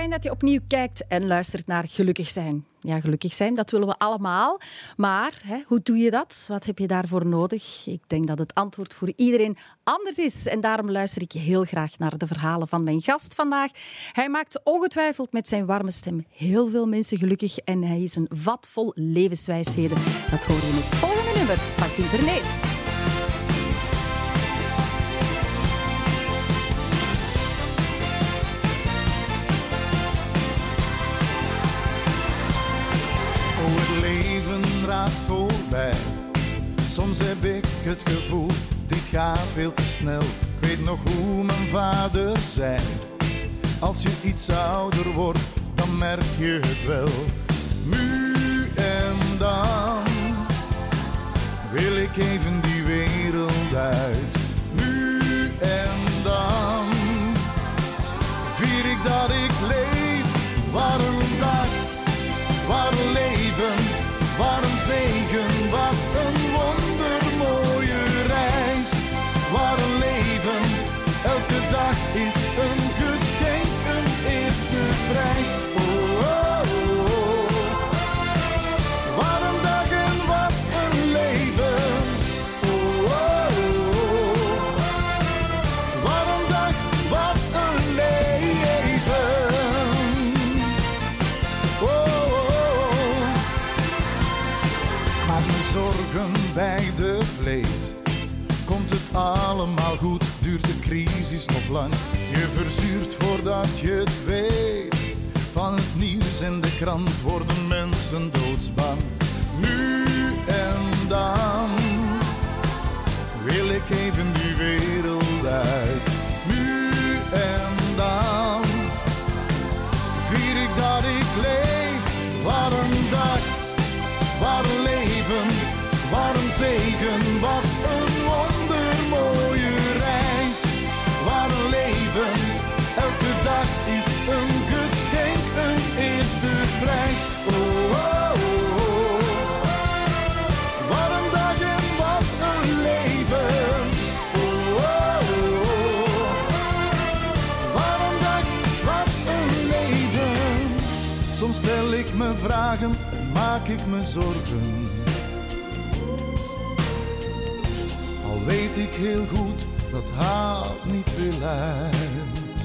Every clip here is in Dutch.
Fijn dat je opnieuw kijkt en luistert naar Gelukkig zijn. Ja, gelukkig zijn, dat willen we allemaal. Maar hoe doe je dat? Wat heb je daarvoor nodig? Ik denk dat het antwoord voor iedereen anders is. En daarom luister ik heel graag naar de verhalen van mijn gast vandaag. Hij maakt ongetwijfeld met zijn warme stem heel veel mensen gelukkig. En hij is een vat vol levenswijsheden. Dat hoor je in het volgende nummer van Günter Neefs. Het leven raast voorbij. Soms heb ik het gevoel, dit gaat veel te snel. Ik weet nog hoe mijn vader zei: als je iets ouder wordt, dan merk je het wel. Nu en dan wil ik even die wereld uit. Nu en dan vier ik dat ik leef. Wat een dag, wat een leven, wat een zegen, wat een wondermooie reis. Wat een leven, elke dag is een geschenk, een eerste prijs. Oh, oh, oh. Wat een dag en wat een leven. Oh, oh, oh. Wat een dag, wat een leven. Zorgen bij de vleet. Komt het allemaal goed, duurt de crisis nog lang. Je verzuurt voordat je het weet. Van het nieuws en de krant worden mensen doodsbang. Nu en dan wil ik even die wereld uit. Nu en dan vier ik dat ik leef. Wat een dag, wat een leven, wat een zegen, wat een wondermooie reis. Wat een leven, elke dag is een geschenk, een eerste prijs. Oh, oh, oh. Wat een dag en wat een leven. Oh, oh, oh. Wat een dag, wat een leven. Soms stel ik me vragen, maak ik me zorgen. Al weet ik heel goed, dat haalt niet veel uit.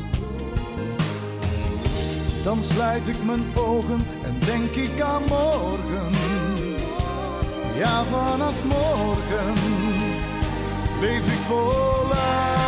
Dan sluit ik mijn ogen en denk ik aan morgen. Ja, vanaf morgen leef ik voluit.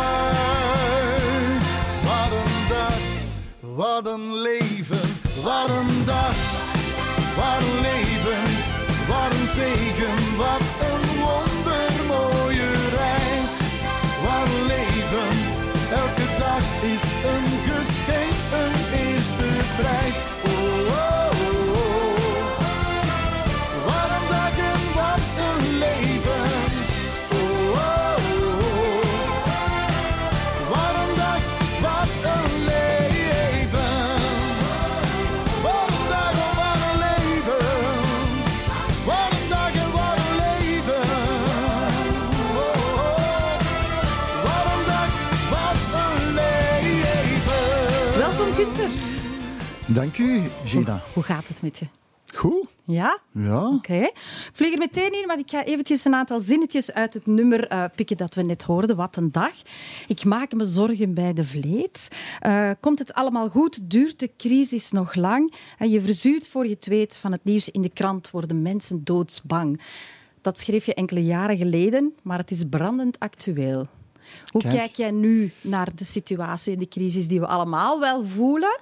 Wat een dag, wat een leven, wat een dag. Wat een leven, wat een zegen, wat een wondermooie reis. Wat een leven, elke dag is een geschenk, een eerste prijs. Oh, oh, oh. Wat een dag en wat een leven. Oh, oh, oh. Wat een dag, wat een leven. Wat een dag en wat een leven. Wat een dag en wat een leven. Oh, oh. Wat een dag, wat een leven. Welkom, Günter. Dank u, Gina. Hoe gaat het met je? Goed? Ja? Ja. Oké. Ik vlieg er meteen in, want ik ga eventjes een aantal zinnetjes uit het nummer pikken dat we net hoorden. Wat een dag. Ik maak me zorgen bij de vleet. Komt het allemaal goed? Duurt de crisis nog lang? Je verzuurt voor je het weet van het nieuws in de krant worden mensen doodsbang. Dat schreef je enkele jaren geleden, maar het is brandend actueel. Hoe kijk jij nu naar de situatie en de crisis die we allemaal wel voelen?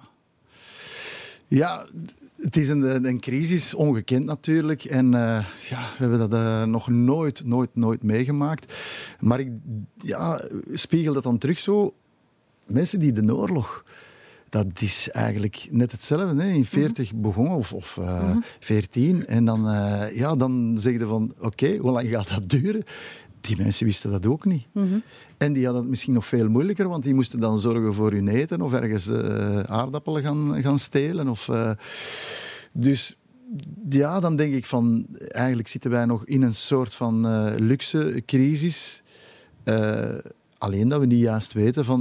Ja, het is een crisis, ongekend natuurlijk. En we hebben dat nog nooit meegemaakt. Maar ik spiegel dat dan terug zo. Mensen die de oorlog, dat is eigenlijk net hetzelfde. Hè? In 40 begonnen of 14. En dan zeg je van, oké, hoe lang gaat dat duren? Die mensen wisten dat ook niet. Mm-hmm. En die hadden het misschien nog veel moeilijker, want die moesten dan zorgen voor hun eten of ergens aardappelen gaan stelen. Dus ja, dan denk ik van, eigenlijk zitten wij nog in een soort van luxe crisis. Alleen dat we niet juist weten van,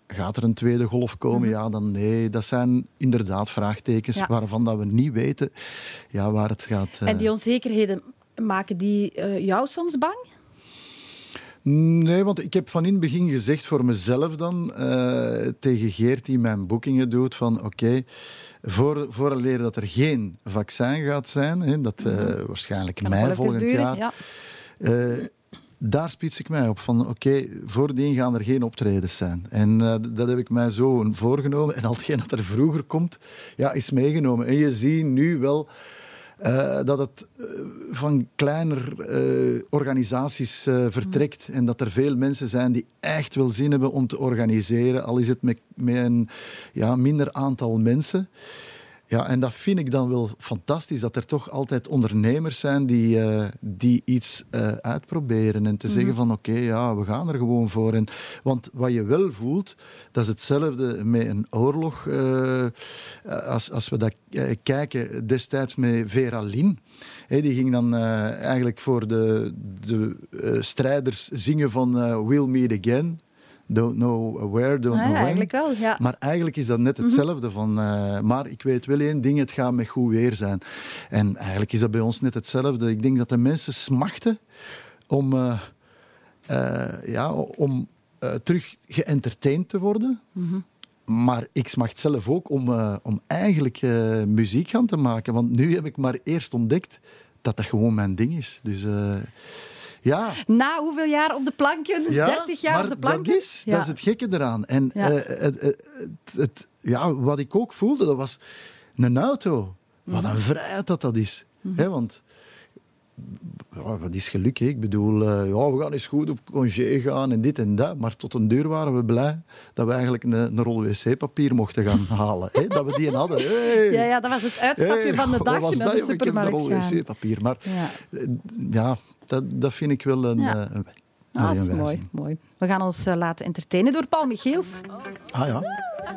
gaat er een tweede golf komen? Ja, dan nee. Dat zijn inderdaad vraagtekens waarvan dat we niet weten waar het gaat. En die onzekerheden, maken die jou soms bang? Nee, want ik heb van in het begin gezegd voor mezelf dan, tegen Geert die mijn boekingen doet, van oké, vooraleer dat er geen vaccin gaat zijn, dat waarschijnlijk mei volgend jaar, daar spits ik mij op. Van oké, voordien gaan er geen optredens zijn. En dat heb ik mij zo voorgenomen. En al hetgeen dat er vroeger komt, is meegenomen. En je ziet nu wel dat het van kleiner organisaties vertrekt en dat er veel mensen zijn die echt wel zin hebben om te organiseren, al is het met een minder aantal mensen. Ja, en dat vind ik dan wel fantastisch, dat er toch altijd ondernemers zijn die iets uitproberen en te zeggen van oké, we gaan er gewoon voor. Want wat je wel voelt, dat is hetzelfde met een oorlog. Als we dat kijken destijds met Vera Lynn, die ging dan eigenlijk voor de strijders zingen van We'll Meet Again. Don't know where, don't know when. Eigenlijk wel, ja. Maar eigenlijk is dat net hetzelfde. Maar ik weet wel één ding, het gaat met goed weer zijn. En eigenlijk is dat bij ons net hetzelfde. Ik denk dat de mensen smachten om terug geëntertained te worden. Maar ik smacht zelf ook om eigenlijk muziek gaan te maken. Want nu heb ik maar eerst ontdekt dat gewoon mijn ding is. Dus... ja. Na hoeveel jaar op de planken? 30 jaar op de planken? Dat is het gekke eraan. En wat ik ook voelde, dat was een auto. Wat een vrijheid dat is. Want wat is geluk? Ik bedoel, we gaan eens goed op congé gaan en dit en dat. Maar tot een deur waren we blij dat we eigenlijk een rol wc-papier mochten gaan halen. Dat we die hadden. Hey. Ja, dat was het uitstapje van de dag naar de supermarkt. Ik heb een rol wc-papier. Maar dat vind ik wel een dat is mooi. We gaan ons laten entertainen door Paul Michiels. Ah ja.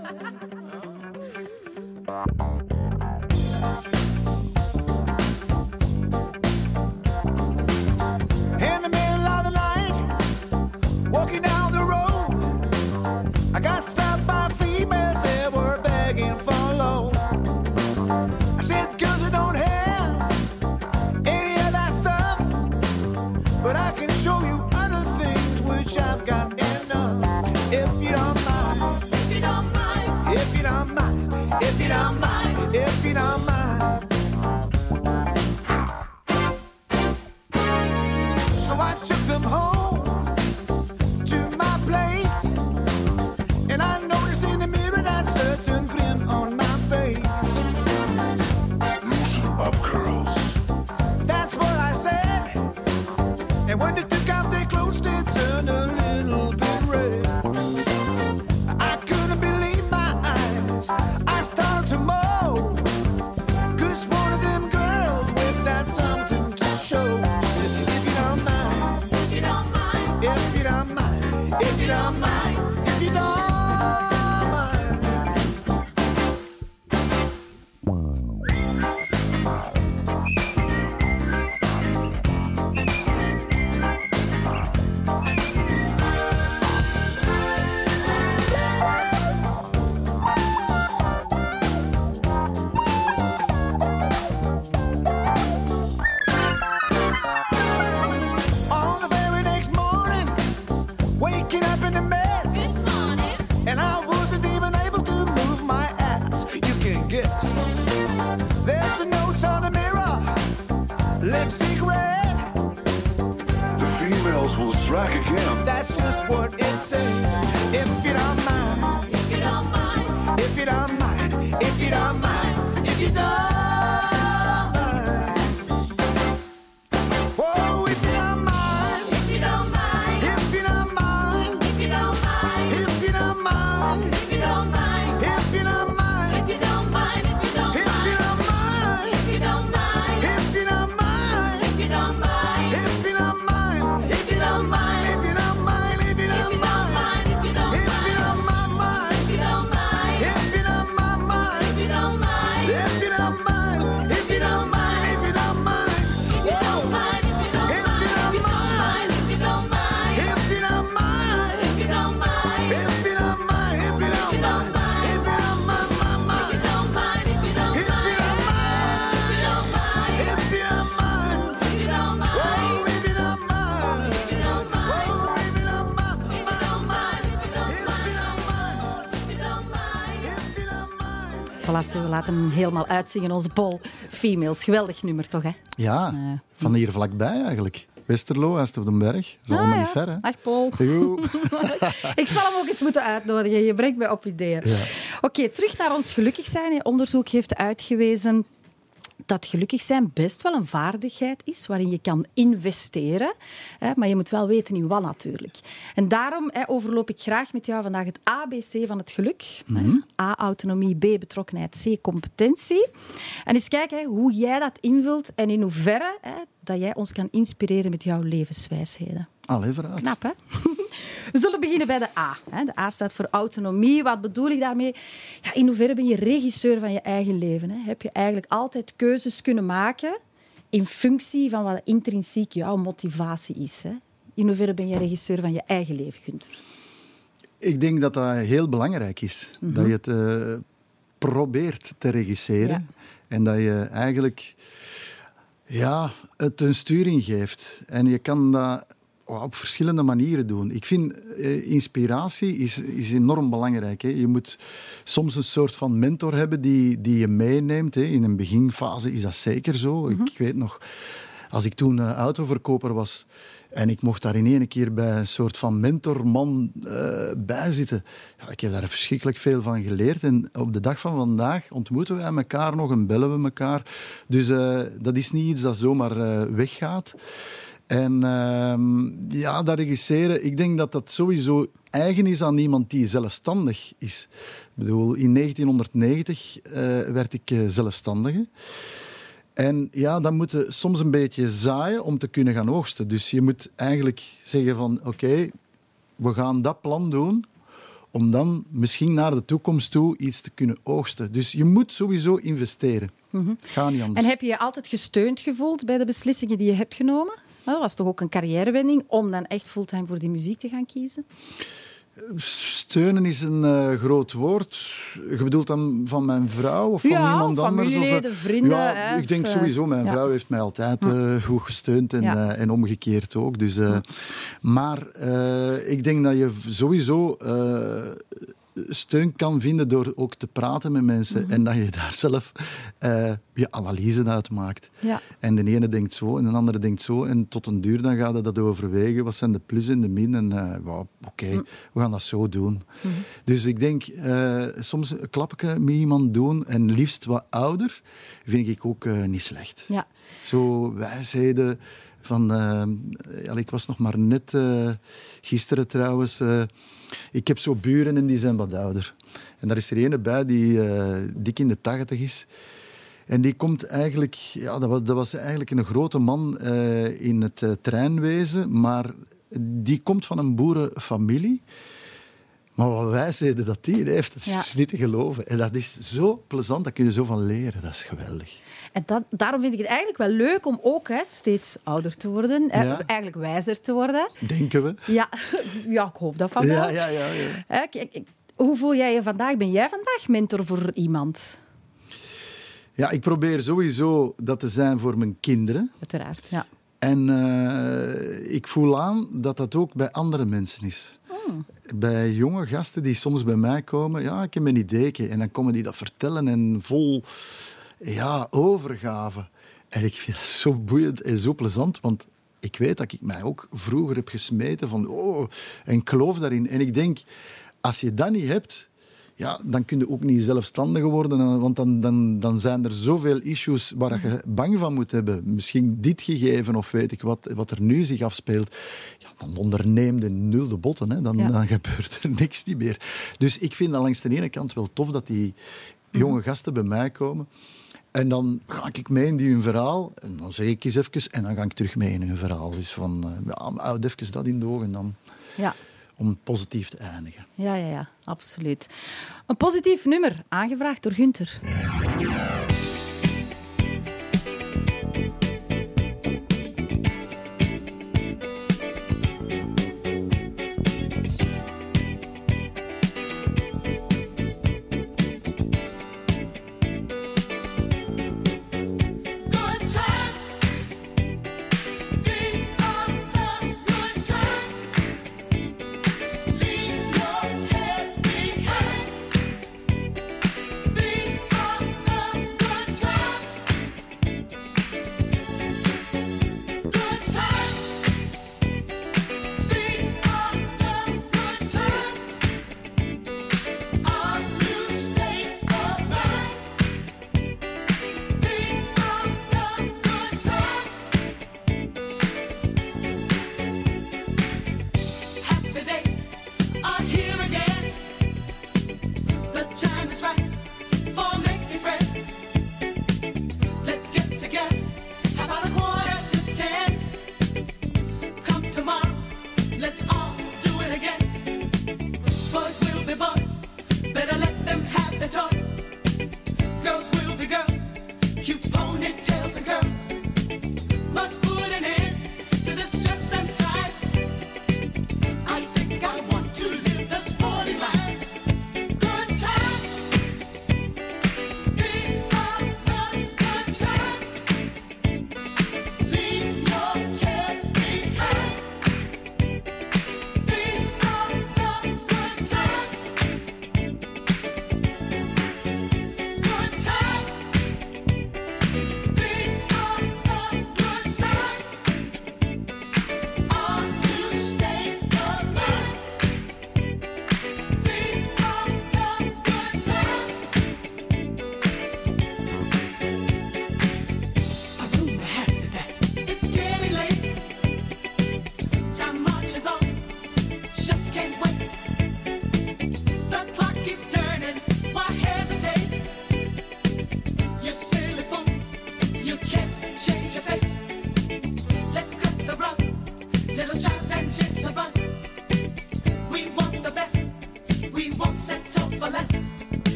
In the middle of the night, walking down the road, I got stopped by females that were begging for loan. I said, girls, I don't have any of that stuff, but I can show you other things which I've got enough. If you don't mind, if you don't mind, if you don't mind, if you don't mind, if you don't mind. So I took them home to my place, and I noticed in the mirror that certain grin on my face. Loosen up, girls. That's what I said. And when they took off their clothes, they turned a little bit red. I couldn't believe my eyes. I started to moan, 'cause one of them girls with that something to show said, if you don't mind, if you don't mind, if you don't mind, if you don't mind, if you don't mind. On the very next morning, waking up in a mess. And I wasn't even able to move my ass. You can guess. There's a note on the mirror, lipstick red. The females will strike again. That's just what it says. If you don't mind, if you don't mind, if you don't mind, if you don't mind, if you don't mind. Oh, if you don't mind, if you don't mind, if you don't mind, if you don't mind, if you don't mind, if you don't mind, if you don't mind, if you don't mind, if you don't mind, if you don't mind, if you don't mind, if you don't mind, if you don't mind, if you don't mind, if you don't mind, if you don't mind, if you don't mind. Palacio. We laten hem helemaal uitzingen, onze Paul Females. Geweldig nummer toch, hè? Ja, van hier vlakbij eigenlijk. Westerlo, Est op den Berg. Dat is allemaal niet ver, hè? Dag, Paul. Jo. Ik zal hem ook eens moeten uitnodigen. Je brengt mij op ideeën. Ja. Oké, terug naar ons gelukkig zijn. Onderzoek heeft uitgewezen dat gelukkig zijn best wel een vaardigheid is waarin je kan investeren. Maar je moet wel weten in wat natuurlijk. En daarom overloop ik graag met jou vandaag het ABC van het geluk. A, autonomie, B, betrokkenheid, C, competentie. En eens kijken hoe jij dat invult en in hoeverre dat jij ons kan inspireren met jouw levenswijsheden. Allee, vooruit. Knap, hè? We zullen beginnen bij de A. De A staat voor autonomie. Wat bedoel ik daarmee? Ja, in hoeverre ben je regisseur van je eigen leven? Heb je eigenlijk altijd keuzes kunnen maken in functie van wat intrinsiek jouw motivatie is? In hoeverre ben je regisseur van je eigen leven, Gunther? Ik denk dat dat heel belangrijk is. Dat je het probeert te regisseren. Ja. En dat je eigenlijk het een sturing geeft. En je kan dat op verschillende manieren doen. Ik vind inspiratie is enorm belangrijk. Hè. Je moet soms een soort van mentor hebben die je meeneemt. Hè. In een beginfase is dat zeker zo. Ik weet nog, als ik toen autoverkoper was en ik mocht daar in één keer bij een soort van mentorman bij zitten. Ja, ik heb daar verschrikkelijk veel van geleerd. En op de dag van vandaag ontmoeten wij elkaar nog en bellen we elkaar. Dus dat is niet iets dat zomaar weggaat. En dat regisseren, ik denk dat dat sowieso eigen is aan iemand die zelfstandig is. Ik bedoel, in 1990 werd ik zelfstandige. En ja, dan moet je soms een beetje zaaien om te kunnen gaan oogsten. Dus je moet eigenlijk zeggen van oké, we gaan dat plan doen om dan misschien naar de toekomst toe iets te kunnen oogsten. Dus je moet sowieso investeren. Ga niet anders. En heb je je altijd gesteund gevoeld bij de beslissingen die je hebt genomen? Dat was toch ook een carrièrewending om dan echt fulltime voor die muziek te gaan kiezen? Steunen is een groot woord. Je bedoelt dan van mijn vrouw of van iemand anders? Familieleden, vrienden. Ja, ik denk sowieso. Mijn vrouw heeft mij altijd goed gesteund en omgekeerd ook. Dus, maar ik denk dat je sowieso steun kan vinden door ook te praten met mensen en dat je daar zelf je analyse uit maakt. Ja. En de ene denkt zo en de andere denkt zo en tot een duur dan gaat je dat overwegen. Wat zijn de plus en de min? En oké, we gaan dat zo doen. Dus ik denk, soms een klapje met iemand doen en liefst wat ouder, vind ik ook niet slecht. Ja. Zo wijsheden van... ik was nog maar net gisteren trouwens... ik heb zo buren en die zijn wat ouder. En daar is er ene bij die dik in de 80 is. En die komt eigenlijk... Ja, dat was eigenlijk een grote man in het treinwezen. Maar die komt van een boerenfamilie. Maar wat wijsheden dat die heeft, dat is niet te geloven. En dat is zo plezant, daar kun je zo van leren. Dat is geweldig. En daarom vind ik het eigenlijk wel leuk om ook steeds ouder te worden. Eigenlijk wijzer te worden. Denken we. Ja, ik hoop dat van wel. Ja. Hoe voel jij je vandaag? Ben jij vandaag mentor voor iemand? Ja, ik probeer sowieso dat te zijn voor mijn kinderen. Uiteraard, ja. En ik voel aan dat dat ook bij andere mensen is. Bij jonge gasten die soms bij mij komen, ja, ik heb een ideetje. En dan komen die dat vertellen en vol overgave. En ik vind dat zo boeiend en zo plezant, want ik weet dat ik mij ook vroeger heb gesmeten van en ik geloof daarin. En ik denk, als je dat niet hebt, ja, dan kun je ook niet zelfstandig worden, want dan zijn er zoveel issues waar je bang van moet hebben. Misschien dit gegeven of weet ik wat er nu zich afspeelt. Ja, dan onderneem je nul de botten. Hè. Dan gebeurt er niks niet meer. Dus ik vind dat langs de ene kant wel tof dat die jonge gasten bij mij komen. En dan ga ik mee in hun verhaal. En dan zeg ik eens even en dan ga ik terug mee in hun verhaal. Dus van, houd even dat in de ogen dan... Ja. Om positief te eindigen. Ja, absoluut. Een positief nummer, aangevraagd door Gunther. Leave your cares behind. These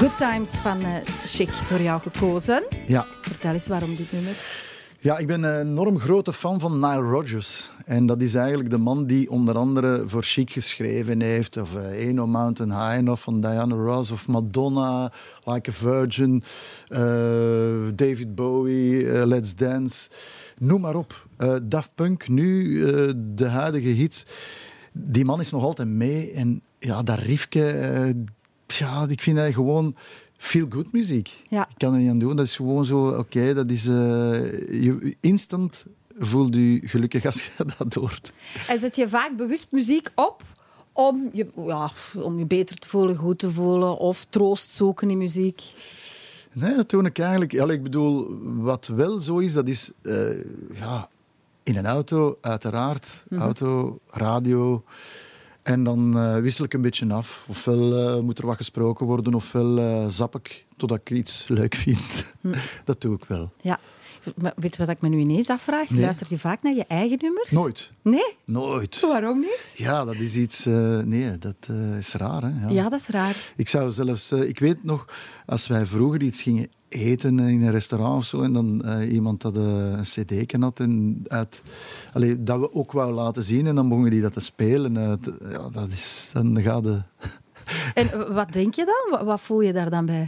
Good Times van Chic, door jou gekozen. Ja. Vertel eens waarom dit nummer. Ja, ik ben een enorm grote fan van Nile Rodgers. En dat is eigenlijk de man die onder andere voor Chic geschreven heeft. Of Ain't No Mountain High Enough van Diana Ross. Of Madonna, Like a Virgin. David Bowie, Let's Dance. Noem maar op. Daft Punk, nu de huidige hits. Die man is nog altijd mee. En ja, dat riffje... ja, ik vind dat gewoon... feel-good muziek. Ja. Ik kan er niet aan doen. Dat is gewoon zo, oké, dat is... je instant voelt je gelukkig als je dat hoort. En zet je vaak bewust muziek op om je beter te voelen, goed te voelen of troost zoeken in muziek? Nee, dat doe ik eigenlijk... Ja, ik bedoel, wat wel zo is, dat is... in een auto, uiteraard. Auto, radio... En dan wissel ik een beetje af. Ofwel moet er wat gesproken worden, ofwel zap ik totdat ik iets leuk vind. Dat doe ik wel. Ja. Maar weet je wat ik me nu ineens afvraag? Nee. Luister je vaak naar je eigen nummers? Nooit. Nee? Nooit. Waarom niet? Ja, dat is iets... nee, dat is raar. Hè? Ja, dat is raar. Ik zou zelfs... ik weet nog, als wij vroeger iets gingen eten in een restaurant of zo, en dan iemand dat een cd'tje had en dat we ook wou laten zien, en dan begonnen die dat te spelen. Ja, dat is... Dan gaat de... En wat denk je dan? Wat voel je daar dan bij?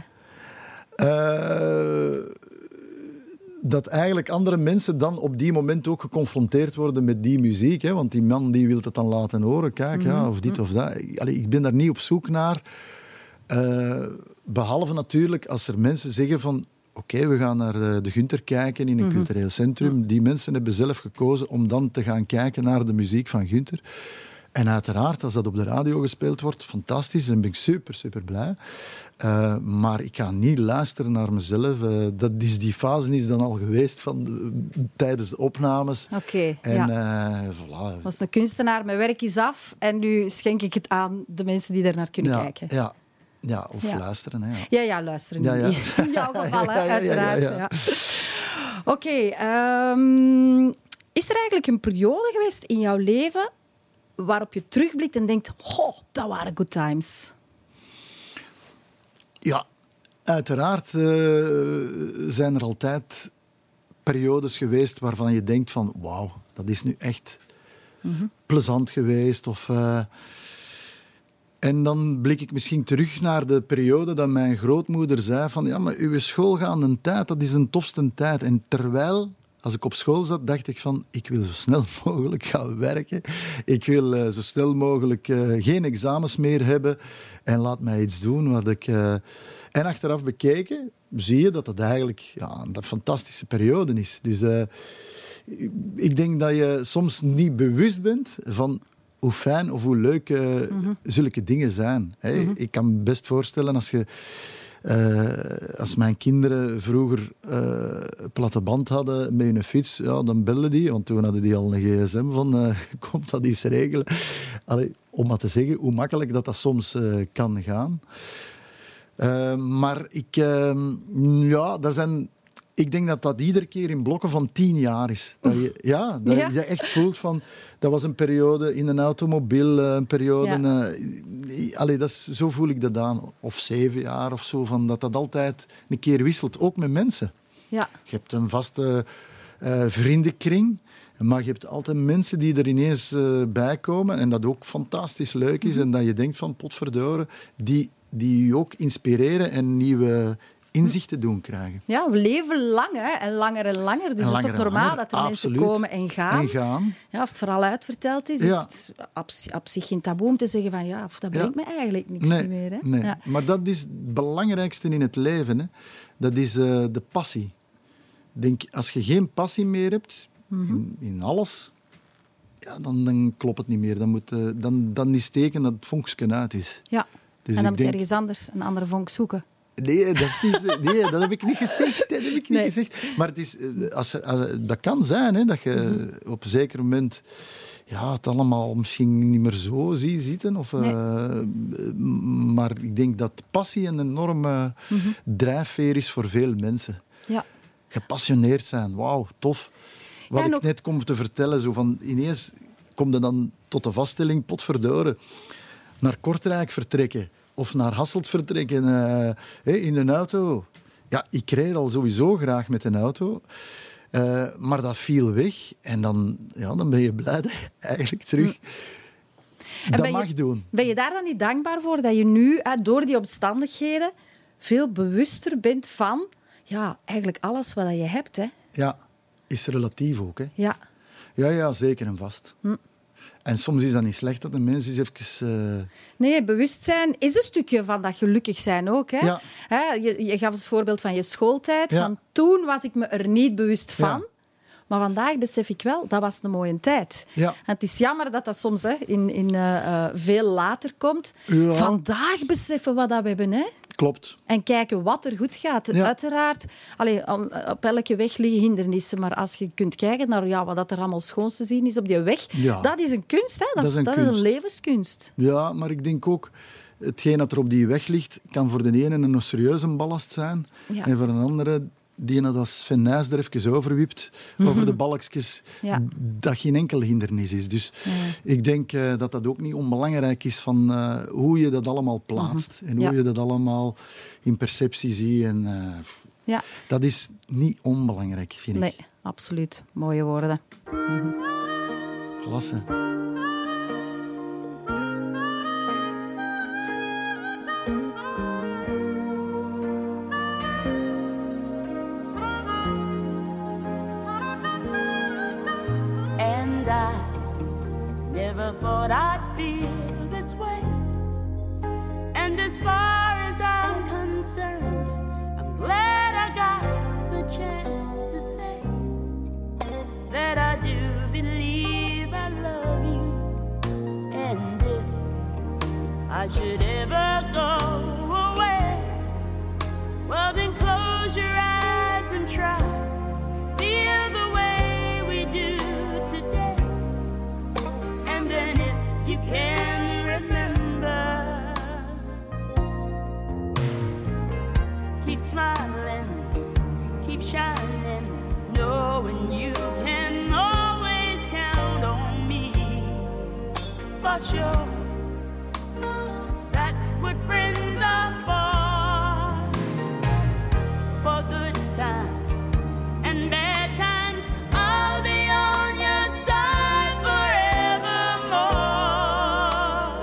Dat eigenlijk andere mensen dan op die moment ook geconfronteerd worden met die muziek. Hè? Want die man die wil het dan laten horen. Kijk, ja, of dit of dat. Ik ben daar niet op zoek naar. Behalve natuurlijk als er mensen zeggen van... Oké, we gaan naar de Gunther kijken in een cultureel centrum. Die mensen hebben zelf gekozen om dan te gaan kijken naar de muziek van Gunther. En uiteraard, als dat op de radio gespeeld wordt, fantastisch. Dan ben ik super, super blij. Maar ik ga niet luisteren naar mezelf. Die fase is dan al geweest tijdens de opnames. Oké, en voilà. Was een kunstenaar, mijn werk is af. En nu schenk ik het aan de mensen die daar naar kunnen kijken. Ja, of luisteren. Hè, Ja, luisteren. Ja. In jouw geval, hè, uiteraard. Ja. Oké, is er eigenlijk een periode geweest in jouw leven waarop je terugblikt en denkt, dat waren good times? Ja, uiteraard zijn er altijd periodes geweest waarvan je denkt van, wauw, dat is nu echt plezant geweest. En dan blik ik misschien terug naar de periode dat mijn grootmoeder zei van, ja, maar uw schoolgaande tijd, dat is een tofste tijd. En terwijl... Als ik op school zat, dacht ik van, ik wil zo snel mogelijk gaan werken. Ik wil zo snel mogelijk geen examens meer hebben. En laat mij iets doen wat ik... En achteraf bekeken, zie je dat dat eigenlijk een fantastische periode is. Dus ik denk dat je soms niet bewust bent van hoe fijn of hoe leuk zulke dingen zijn. Ik kan me best voorstellen als mijn kinderen vroeger platte band hadden met hun fiets, dan belden die, want toen hadden die al een gsm van komt dat eens regelen. Om maar te zeggen hoe makkelijk dat soms kan gaan. Maar ik denk dat dat iedere keer in blokken van 10 jaar is. Dat je echt voelt van... Dat was een periode in een automobiel, een periode... zo voel ik dat aan. Of 7 jaar of zo, van dat altijd een keer wisselt. Ook met mensen. Ja. Je hebt een vaste vriendenkring, maar je hebt altijd mensen die er ineens bij komen en dat ook fantastisch leuk is. En dat je denkt van, potverdorie, die je ook inspireren en nieuwe inzichten doen krijgen. Ja, we leven lang, hè? En langer en langer. Dus het is toch normaal dat er mensen komen en gaan. Ja, als het verhaal uitverteld is, is het op zich geen taboe om te zeggen van dat brengt me eigenlijk niks meer. Hè? Nee. Ja. Maar dat is het belangrijkste in het leven. Hè? Dat is de passie. Ik denk, als je geen passie meer hebt in alles, dan klopt het niet meer. Dan is het teken dat het vonkje uit is. Ja, dus en dan moet je ergens anders een andere vonk zoeken. Nee, dat heb ik niet gezegd. Maar het is, dat kan zijn, hè, dat je op een zeker moment het allemaal misschien niet meer zo ziet zitten. Maar ik denk dat passie een enorme drijfveer is voor veel mensen. Ja. Gepassioneerd zijn, wauw, tof. Wat ik net kom te vertellen, zo van ineens kom je dan tot de vaststelling, potverdorie, naar Kortrijk vertrekken. of naar Hasselt vertrekken in een auto. Ja, ik rijd al sowieso graag met een auto. Maar dat viel weg. En dan ben je blij dat je eigenlijk terug dat mag doen. Ben je daar dan niet dankbaar voor dat je nu, door die omstandigheden, veel bewuster bent van eigenlijk alles wat je hebt? Hè? Ja, is relatief ook. Hè? Ja. Ja, zeker en vast. En soms is dat niet slecht dat een mens eens even... Nee, bewustzijn is een stukje van dat gelukkig zijn ook. Hè? Ja. Je gaf het voorbeeld van je schooltijd. Ja. Van toen was ik me er niet bewust van. Ja. Maar vandaag besef ik wel, dat was een mooie tijd. Ja. En het is jammer dat dat soms in veel later komt. Ja. Vandaag beseffen we wat dat we hebben. Hè? Klopt. En kijken wat er goed gaat. Ja. Uiteraard, op elke weg liggen hindernissen. Maar als je kunt kijken naar wat er allemaal schoons te zien is op die weg, dat is een kunst. Hè? Dat is een levenskunst. Ja, maar ik denk ook, hetgeen dat er op die weg ligt, kan voor de ene een serieuze ballast zijn. Ja. En voor een andere, die dat als Sven Nys er even overwipt, over de balkjes, dat geen enkel hindernis is. Dus ik denk dat dat ook niet onbelangrijk is van hoe je dat allemaal plaatst. En hoe je dat allemaal in perceptie ziet. En, dat is niet onbelangrijk, vind ik. Nee, absoluut. Mooie woorden. Klasse. And I never thought I'd feel this way. And as far as I'm concerned, I'm glad I got the chance to say that I do believe I love you. And if I should ever go away, well then close your eyes and try to feel the way we do today. And then if you can remember, keep smiling, keep shining, knowing you can always count on me. For sure, that's what friends are for good times and bad times. I'll be on your side forevermore.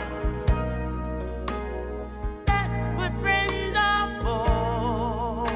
That's what friends are for.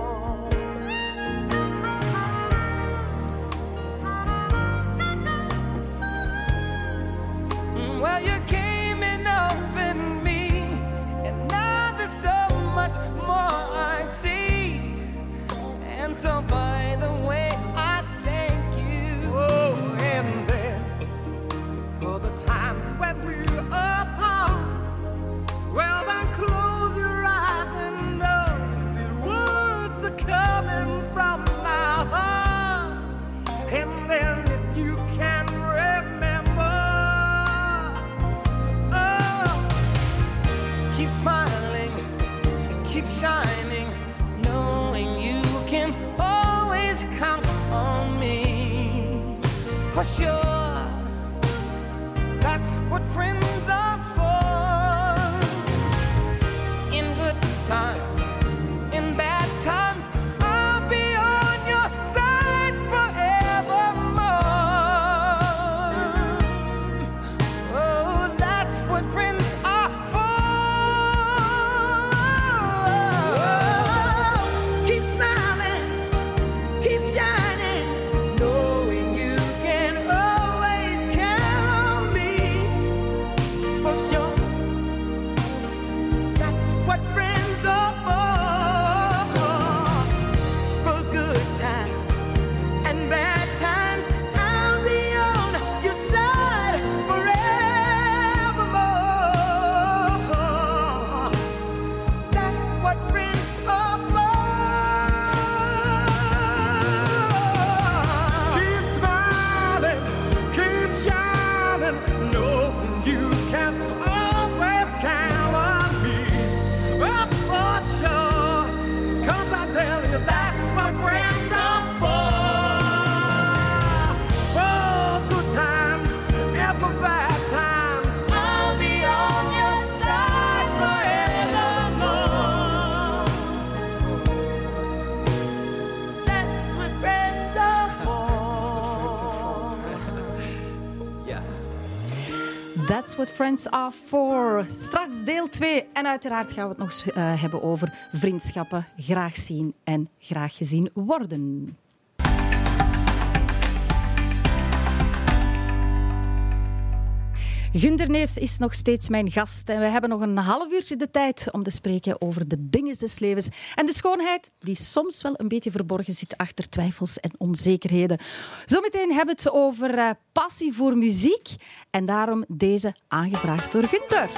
Well, you came in up in me, and now there's so much more I see. And so, by the way, I thank you. Oh, and then for the times when we're apart, well, then close your eyes and know the words are coming from my heart. And then if you can remember, keep smiling, keep shining, knowing you can always count on me. For sure, that's what friends are for. In good times, in bad times, I'll be on your side forevermore. Oh, that's what friends are for. Keep smiling, keep shining, knowing you can always count on me. That's what friends are for. Straks deel 2. En uiteraard gaan we het nog hebben over vriendschappen. Graag zien en graag gezien worden. Gunder Neefs is nog steeds mijn gast en we hebben nog een half uurtje de tijd om te spreken over de dingen des levens en de schoonheid die soms wel een beetje verborgen zit achter twijfels en onzekerheden. Zometeen hebben we het over passie voor muziek en daarom deze aangevraagd door Gunther.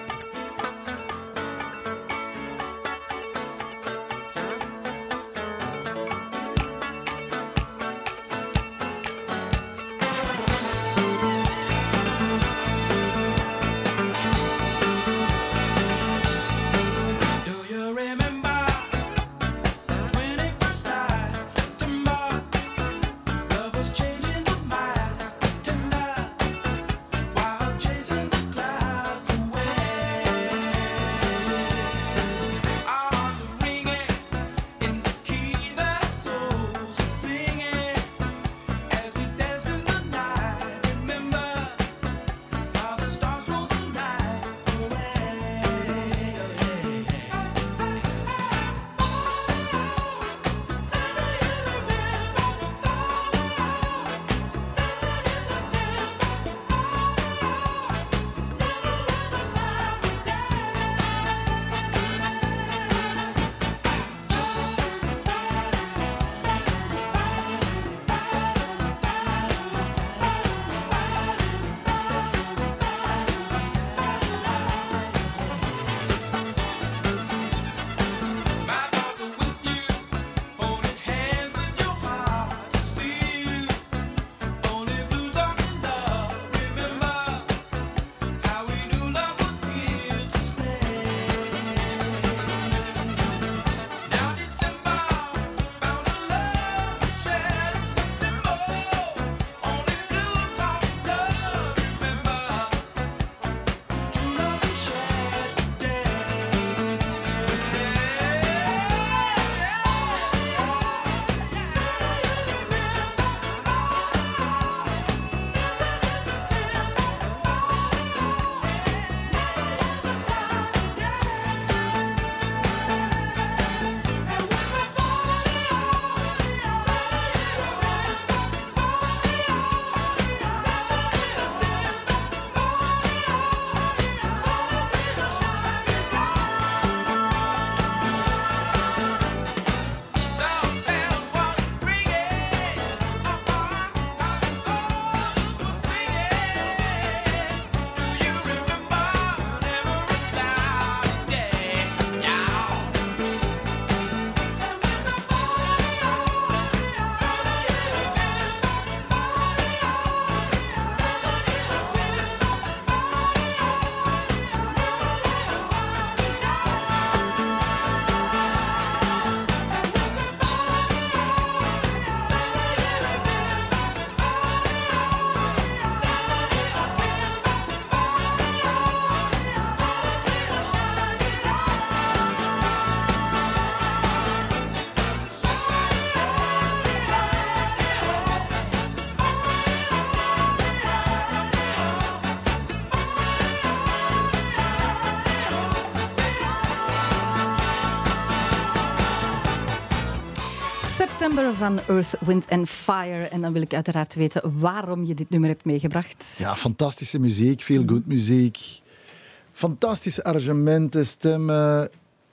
September van Earth, Wind and Fire. En dan wil ik uiteraard weten waarom je dit nummer hebt meegebracht. Ja, fantastische muziek, feel good muziek. Fantastische arrangementen, stemmen.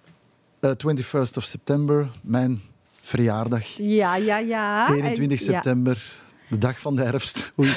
21st of September, mijn verjaardag. Ja. 21 september, de dag van de herfst. Oei.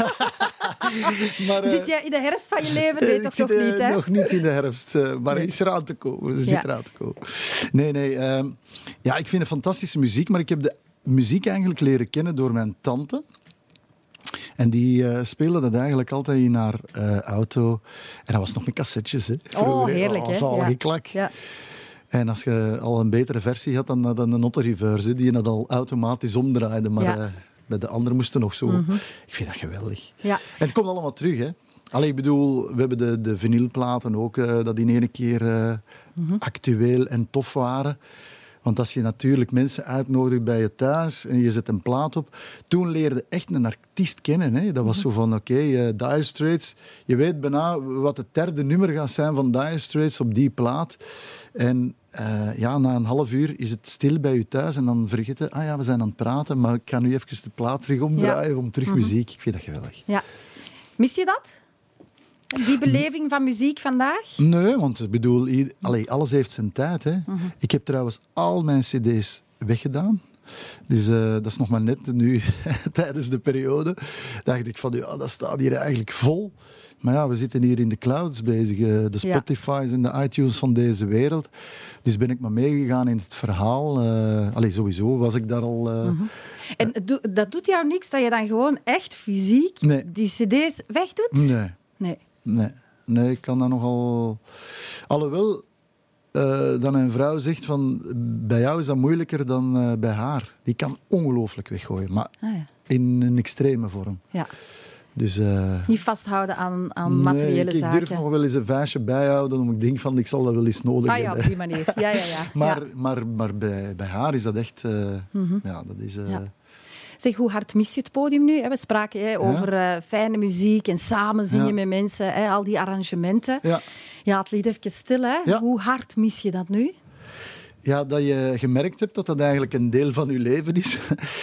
Maar, zit jij in de herfst van je leven? Weet toch nog niet, hè? Nog niet in de herfst, maar is eraan te komen. Nee. Ja, ik vind het fantastische muziek, maar ik heb de muziek eigenlijk leren kennen door mijn tante. En die speelde dat eigenlijk altijd in haar auto. En dat was nog met cassettes, hè. Vroeger, heerlijk, hè? Zalige klak. Ja. En als je al een betere versie had dan de Notte Reverse, die je dat al automatisch omdraaide. Maar bij de anderen moesten nog zo. Mm-hmm. Ik vind dat geweldig. Ja. En het komt allemaal terug, hè. Allee, ik bedoel, we hebben de vinylplaten ook, dat in één keer actueel en tof waren. Want als je natuurlijk mensen uitnodigt bij je thuis en je zet een plaat op... Toen leerde echt een artiest kennen. Hè. Dat was zo van, oké, Dire Straits... Je weet bijna wat het derde nummer gaat zijn van Dire Straits op die plaat. En na een half uur is het stil bij je thuis en dan vergeten... we zijn aan het praten, maar ik ga nu even de plaat terug omdraaien om terug muziek. Ik vind dat geweldig. Ja. Mis je dat? Die beleving van muziek vandaag? Nee, want ik bedoel, alles heeft zijn tijd. Hè. Ik heb trouwens al mijn cd's weggedaan. Dus dat is nog maar net nu, tijdens de periode. Dacht ik van, dat staat hier eigenlijk vol. Maar ja, we zitten hier in de clouds bezig. De Spotify's en de iTunes van deze wereld. Dus ben ik maar meegegaan in het verhaal. Sowieso was ik daar al... En dat doet jou niks dat je dan gewoon echt fysiek die cd's wegdoet? Nee, ik kan dat nogal... Alhoewel... dat mijn vrouw zegt van... Bij jou is dat moeilijker dan bij haar. Die kan ongelooflijk weggooien. Maar in een extreme vorm. Ja. Dus, niet vasthouden aan materiële zaken. Ik durf nog wel eens een vuistje bijhouden. Omdat ik denk van, ik zal dat wel eens nodig hebben. Op die manier. Ja. Maar bij haar is dat echt... dat is... Zeg, hoe hard mis je het podium nu? We spraken over fijne muziek en samen zingen met mensen. Al die arrangementen. Ja, het liet even stil. Hè? Ja. Hoe hard mis je dat nu? Ja, dat je gemerkt hebt dat dat eigenlijk een deel van je leven is.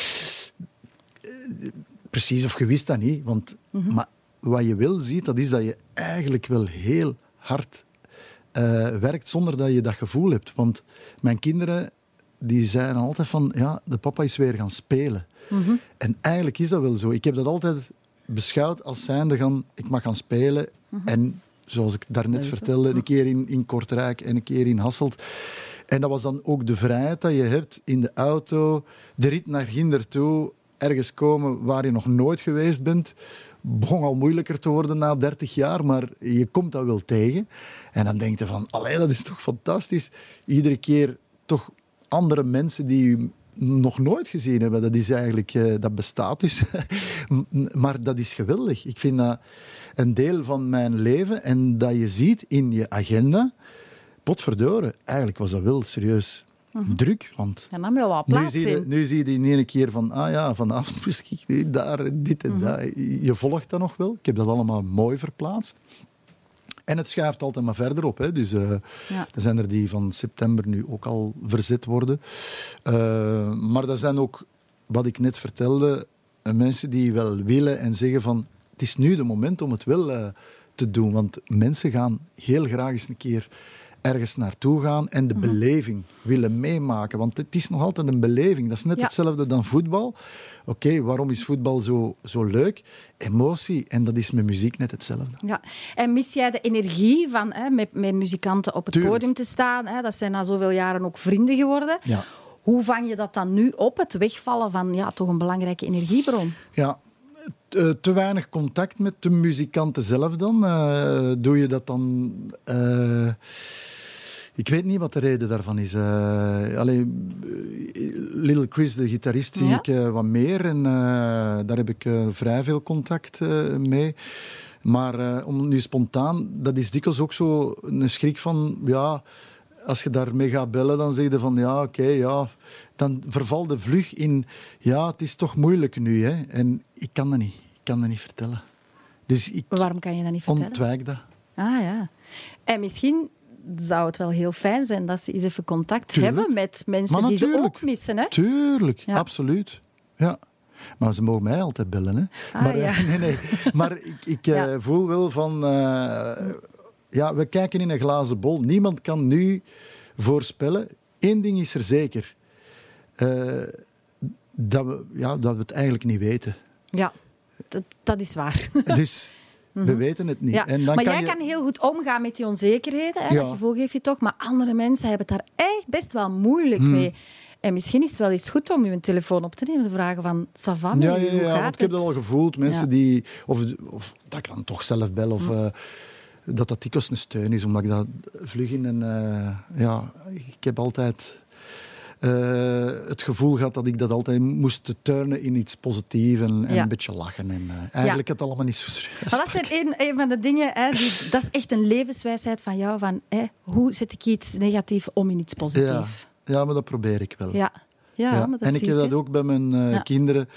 Precies, of je wist dat niet. Want, maar wat je wel ziet, dat is dat je eigenlijk wel heel hard werkt zonder dat je dat gevoel hebt. Want mijn kinderen... Die zeiden altijd van, de papa is weer gaan spelen. En eigenlijk is dat wel zo. Ik heb dat altijd beschouwd als zijnde ik mag gaan spelen. En zoals ik daarnet vertelde, een keer in Kortrijk en een keer in Hasselt. En dat was dan ook de vrijheid dat je hebt in de auto, de rit naar Ginder toe, ergens komen waar je nog nooit geweest bent. Begon al moeilijker te worden na 30 jaar, maar je komt dat wel tegen. En dan denk je van, dat is toch fantastisch. Iedere keer toch... andere mensen die u nog nooit gezien hebben. Dat is eigenlijk... dat bestaat dus. Maar dat is geweldig. Ik vind dat een deel van mijn leven. En dat je ziet in je agenda... Potverdorie. Eigenlijk was dat wel serieus druk. Want en dan wil wel plaats nu zie je in één keer van... vanavond moest ik nu daar, dit en dat. Je volgt dat nog wel. Ik heb dat allemaal mooi verplaatst. En het schuift altijd maar verder op. Hè. Dus er zijn er die van september nu ook al verzet worden. Maar er zijn ook, wat ik net vertelde, mensen die wel willen en zeggen van... Het is nu de moment om het wel te doen. Want mensen gaan heel graag eens een keer ergens naartoe gaan en de beleving willen meemaken. Want het is nog altijd een beleving. Dat is net hetzelfde dan voetbal. Oké, waarom is voetbal zo leuk? Emotie. En dat is met muziek net hetzelfde. Ja. En mis jij de energie van met muzikanten op het podium te staan? Dat zijn na zoveel jaren ook vrienden geworden. Ja. Hoe vang je dat dan nu op? Het wegvallen van toch een belangrijke energiebron. Ja. Te weinig contact met de muzikanten zelf dan. Doe je dat dan... Ik weet niet wat de reden daarvan is. Little Chris, de gitarist, zie ik wat meer. En daar heb ik vrij veel contact mee. Maar om nu spontaan, dat is dikwijls ook zo een schrik van... als je daarmee gaat bellen, dan zeg je van dan vervalt de vlug in... het is toch moeilijk nu. Hè? En ik kan dat niet. Ik kan dat niet vertellen. Dus waarom kan je dat niet vertellen? Ontwijk dat. Ah ja. En misschien... zou het wel heel fijn zijn dat ze eens even contact hebben met mensen die ze ook missen. Hè? Tuurlijk, absoluut. Ja. Maar ze mogen mij altijd bellen. Hè? Nee. Maar ik voel wel van... we kijken in een glazen bol. Niemand kan nu voorspellen. Eén ding is er zeker. Dat we het eigenlijk niet weten. Ja, dat is waar. Dus... We weten het niet. Ja. En dan maar jij kan heel goed omgaan met die onzekerheden. Hè? Dat gevoel geef je toch. Maar andere mensen hebben het daar echt best wel moeilijk mee. En misschien is het wel eens goed om je een telefoon op te nemen en te vragen van... Ça va, hoe gaat want ik heb dat al gevoeld. Mensen die... Of dat ik dan toch zelf bel. Of dat dikwijls een steun is. Omdat ik dat vlug in. En ik heb altijd... het gevoel gehad dat ik dat altijd moest turnen in iets positiefs en een beetje lachen. En eigenlijk het allemaal niet zo serieus. Maar dat is een van de dingen, dat is echt een levenswijsheid van jou. Van, hoe zet ik iets negatiefs om in iets positiefs? Ja, maar dat probeer ik wel. Ja, maar dat en ik zie heb je. dat ook bij mijn kinderen.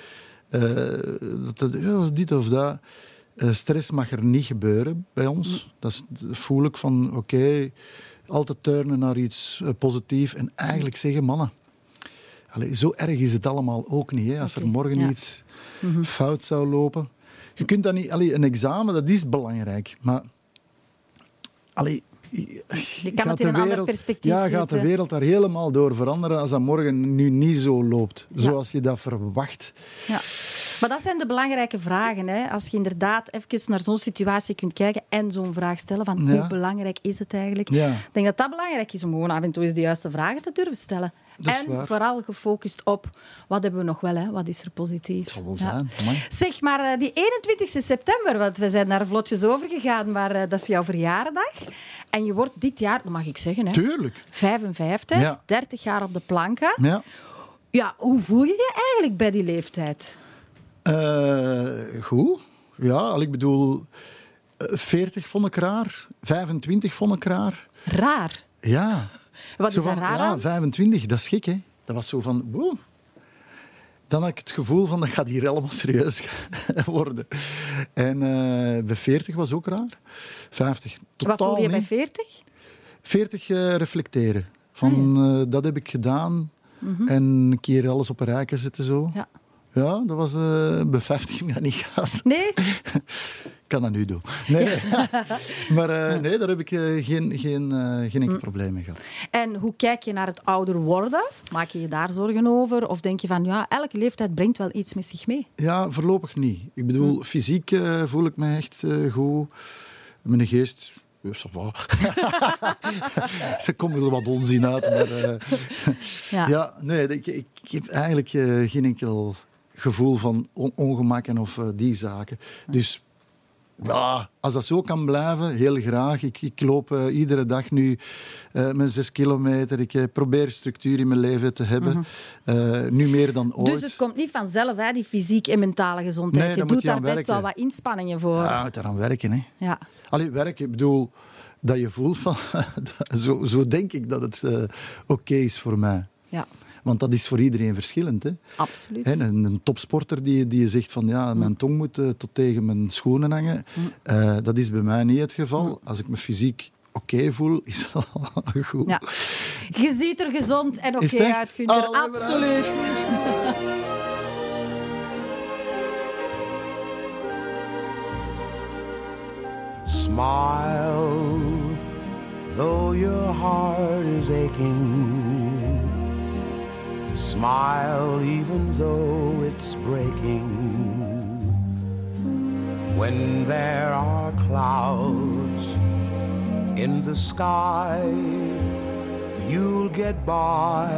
Dit of dat. Stress mag er niet gebeuren bij ons. Dat voel ik van, oké, altijd turnen naar iets positiefs. En eigenlijk zeggen, mannen, zo erg is het allemaal ook niet. Hè, als er morgen iets fout zou lopen. Je kunt dat niet... een examen, dat is belangrijk. Maar... je kan het in een ander perspectief gaat de wereld daar helemaal door veranderen als dat morgen nu niet zo loopt. Zoals je dat verwacht. Ja. Maar dat zijn de belangrijke vragen. Hè? Als je inderdaad even naar zo'n situatie kunt kijken en zo'n vraag stellen van hoe belangrijk is het eigenlijk. Ja. Ik denk dat dat belangrijk is om gewoon af en toe eens de juiste vragen te durven stellen. En vooral gefocust op wat hebben we nog wel, hè? Wat is er positief. Het zal wel zijn. Amai. Zeg, maar die 21 september, want we zijn daar vlotjes over gegaan, maar dat is jouw verjaardag. En je wordt dit jaar, dat mag ik zeggen, hè? Tuurlijk. 55, 30 jaar op de planken. Ja. Ja, hoe voel je je eigenlijk bij die leeftijd? Goed. Ja, ik bedoel, 40 vond ik raar, 25 vond ik raar. Raar? Ja. Wat is er raar aan? 25, dat is gek, hè. Dat was zo van... Wow. Dan had ik het gevoel van, dat gaat hier allemaal serieus worden. En bij 40 was ook raar. 50, totaal wat voelde je bij niet. 40? 40 reflecteren. Van, dat heb ik gedaan. En een keer alles op een rijtje zetten zo. Ja. Ja, dat was bij 50 heb ik dat niet gehad. Nee? Ik kan dat nu doen. Nee. Maar nee, daar heb ik geen enkel probleem mee gehad. En hoe kijk je naar het ouder worden? Maak je je daar zorgen over? Of denk je van, ja, elke leeftijd brengt wel iets met zich mee? Ja, voorlopig niet. Ik bedoel, fysiek voel ik me echt goed. Mijn geest... Ja, ça va. Er komt er wat onzin uit. Maar, nee, ik heb eigenlijk geen enkel gevoel van ongemakken of die zaken. Dus ja, als dat zo kan blijven, heel graag. Ik loop iedere dag nu mijn 6 kilometer. Ik probeer structuur in mijn leven te hebben. Nu meer dan ooit. Dus het komt niet vanzelf, hè, die fysiek en mentale gezondheid. Nee, je doet daar best werken. wel wat inspanningen voor. Ja, je moet eraan werken. Hè. Ja. Allee, werken, ik bedoel... Dat je voelt van... zo denk ik dat het oké is voor mij. Ja. Want dat is voor iedereen verschillend. Hè? Absoluut. En een topsporter die zegt van... Ja, mijn tong moet tot tegen mijn schoenen hangen. Dat is bij mij niet het geval. Als ik me fysiek oké voel, is dat al goed. Ja. Je ziet er gezond en Is oké het echt? uit, Gunther. Allee, Absoluut. Smile, though your heart is aching. Smile, even though it's breaking. When there are clouds in the sky, you'll get by.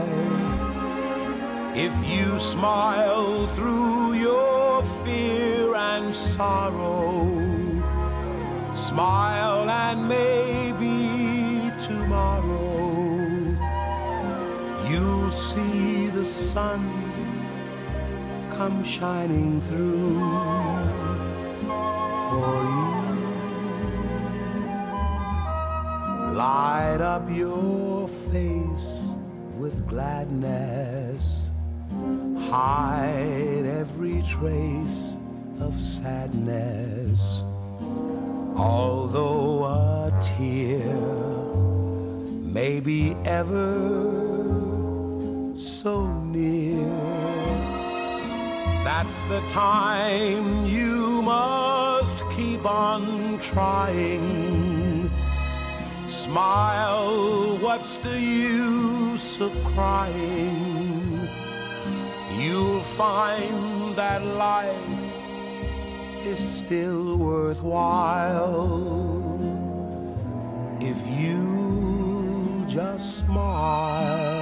If you smile through your fear and sorrow, smile and maybe tomorrow you'll see the sun come shining through for you. Light up your face with gladness, hide every trace of sadness. Although a tear may be ever so near, that's the time you must keep on trying. Smile, what's the use of crying? You'll find that life is still worthwhile if you just smile.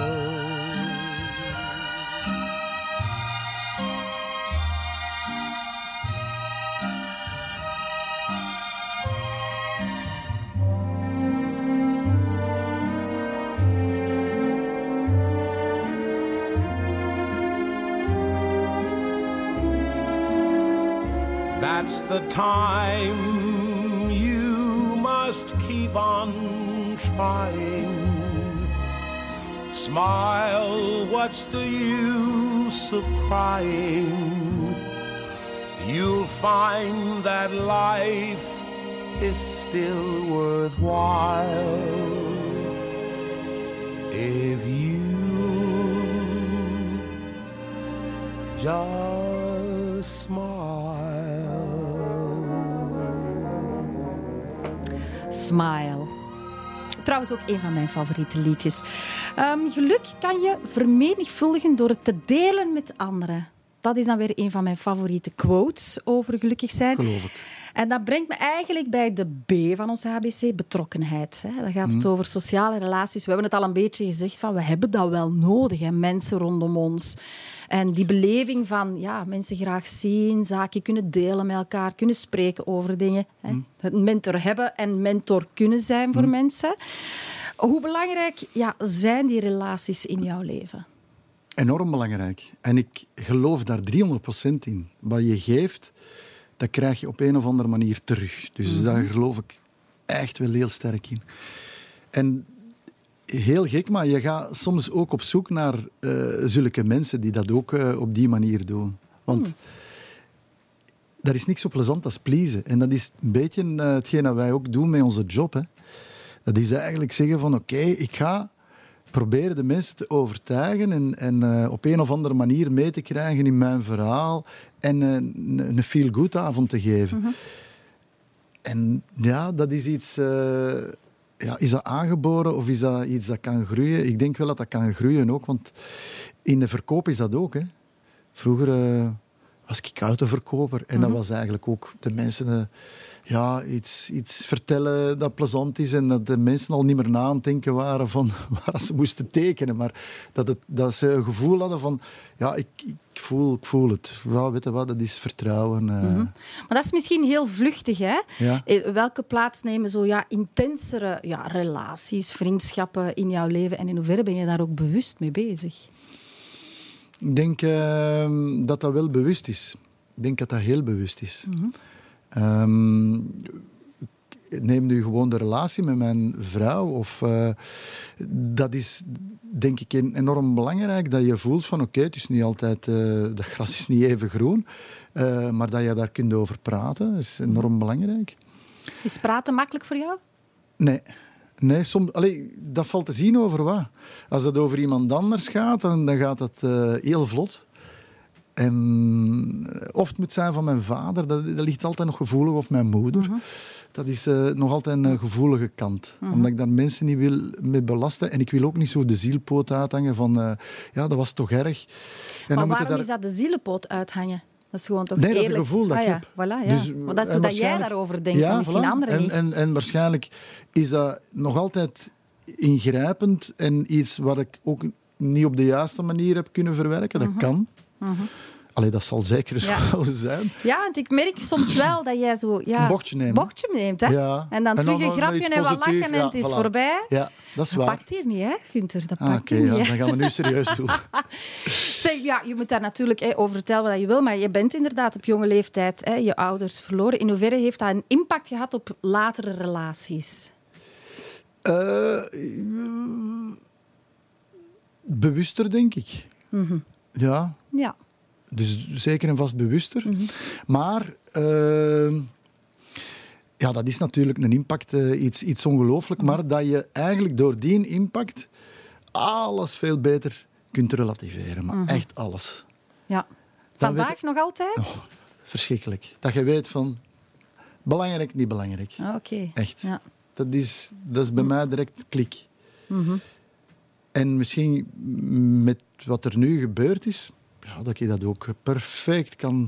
That's the time you must keep on trying. Smile, what's the use of crying? You'll find that life is still worthwhile if you just smile. Smile. Trouwens ook een van mijn favoriete liedjes. Geluk kan je vermenigvuldigen door het te delen met anderen. Dat is dan weer een van mijn favoriete quotes over gelukkig zijn. Geloof ik. En dat brengt me eigenlijk bij de B van ons ABC, betrokkenheid. Dan gaat het over sociale relaties. We hebben het al een beetje gezegd, van we hebben dat wel nodig, hè? Mensen rondom ons. En die beleving van mensen graag zien, zaken kunnen delen met elkaar, kunnen spreken over dingen. Hè? Het mentor hebben en mentor kunnen zijn voor mensen. Hoe belangrijk zijn die relaties in jouw leven? Enorm belangrijk. En ik geloof daar 300% in. Wat je geeft, dat krijg je op een of andere manier terug. Dus daar geloof ik echt wel heel sterk in. En heel gek, maar je gaat soms ook op zoek naar zulke mensen die dat ook op die manier doen. Want daar is niks zo plezant als pleasen. En dat is een beetje hetgeen dat wij ook doen met onze job. Hè. Dat is eigenlijk zeggen van oké, ik ga proberen de mensen te overtuigen en op een of andere manier mee te krijgen in mijn verhaal en een feel-good avond te geven. En ja, dat is iets... is dat aangeboren of is dat iets dat kan groeien? Ik denk wel dat dat kan groeien ook, want in de verkoop is dat ook. Hè. Vroeger was ik autoverkoper en dat was eigenlijk ook de mensen iets vertellen dat plezant is en dat de mensen al niet meer na aan het denken waren van waar ze moesten tekenen, maar dat ze een gevoel hadden van ik voel het. Ja, weet je wat, dat is vertrouwen. Maar dat is misschien heel vluchtig, hè? Ja. Welke plaats nemen zo intensere relaties, vriendschappen in jouw leven en in hoeverre ben je daar ook bewust mee bezig? Ik denk dat dat wel bewust is. Ik denk dat dat heel bewust is. Neem nu gewoon de relatie met mijn vrouw. Dat is, denk ik, enorm belangrijk. Dat je voelt van, oké, het is niet altijd... dat gras is niet even groen. Maar dat je daar kunt over praten, is enorm belangrijk. Is praten makkelijk voor jou? Nee, soms, dat valt te zien over wat. Als het over iemand anders gaat, dan gaat dat heel vlot. En of het moet zijn van mijn vader, dat ligt altijd nog gevoelig, of mijn moeder. Dat is nog altijd een gevoelige kant. Omdat ik daar mensen niet wil mee belasten. En ik wil ook niet zo de zielpoot uithangen van... dat was toch erg. En maar waarom is dat de zielpoot uithangen? Dat is gewoon toch eerlijk? Dat is een gevoel dat ik heb. Voilà, Dus, maar dat is hoe dat jij daarover denkt, maar misschien anderen niet. En waarschijnlijk is dat nog altijd ingrijpend en iets wat ik ook niet op de juiste manier heb kunnen verwerken. Dat kan. Dat zal zeker zo zijn. Ja, want ik merk soms wel dat jij zo... een bochtje neemt, hè? Ja. En dan terug een grapje en wat lachen en het is voorbij. Ja, dat is waar. Dat pakt hier niet, hè, Gunther? Dat pakt hier niet. Dan gaan we nu serieus doen. Zeg, je moet daar natuurlijk over vertellen wat je wil, maar je bent inderdaad op jonge leeftijd je ouders verloren. In hoeverre heeft dat een impact gehad op latere relaties? Bewuster, denk ik. Ja. Dus zeker en vast bewuster. Maar dat is natuurlijk een impact, iets ongelooflijk. Maar dat je eigenlijk door die impact alles veel beter kunt relativeren. Maar echt alles. Ja. Vandaag nog altijd? Oh, verschrikkelijk. Dat je weet van belangrijk, niet belangrijk. Oké. Echt. Ja. Dat is bij mij direct klik. En misschien met wat er nu gebeurd is... dat je dat ook perfect kan